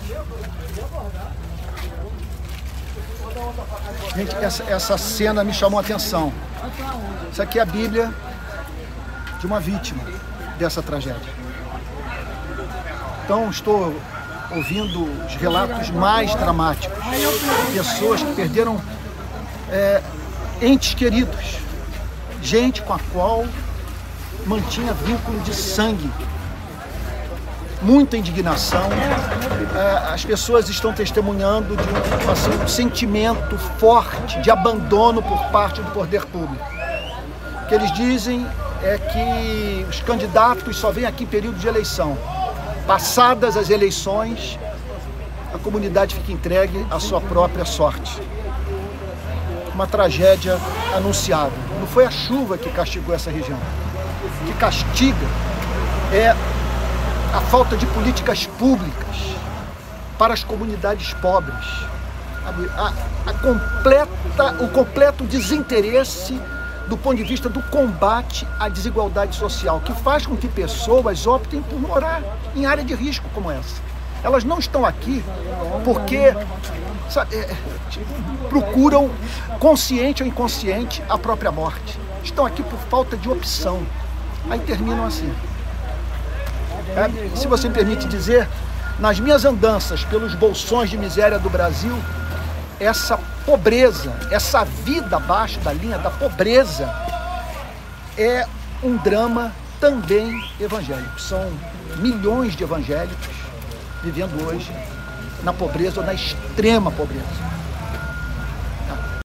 Gente, essa cena me chamou a atenção. Isso aqui é a Bíblia de uma vítima dessa tragédia. Então, estou ouvindo os relatos mais dramáticos. Pessoas que perderam entes queridos. Gente com a qual mantinha vínculo de sangue. Muita indignação. As pessoas estão testemunhando de um sentimento forte de abandono por parte do poder público. O que eles dizem é que os candidatos só vêm aqui em período de eleição. Passadas as eleições, a comunidade fica entregue à sua própria sorte. Uma tragédia anunciada. Não foi a chuva que castigou essa região. O que castiga é a falta de políticas públicas para as comunidades pobres, o completo desinteresse do ponto de vista do combate à desigualdade social, que faz com que pessoas optem por morar em área de risco como essa. Elas não estão aqui porque procuram, consciente ou inconsciente, a própria morte. Estão aqui por falta de opção. Aí terminam assim. Se você me permite dizer, nas minhas andanças pelos bolsões de miséria do Brasil, essa pobreza, essa vida abaixo da linha da pobreza é um drama também evangélico. São milhões de evangélicos vivendo hoje na pobreza ou na extrema pobreza.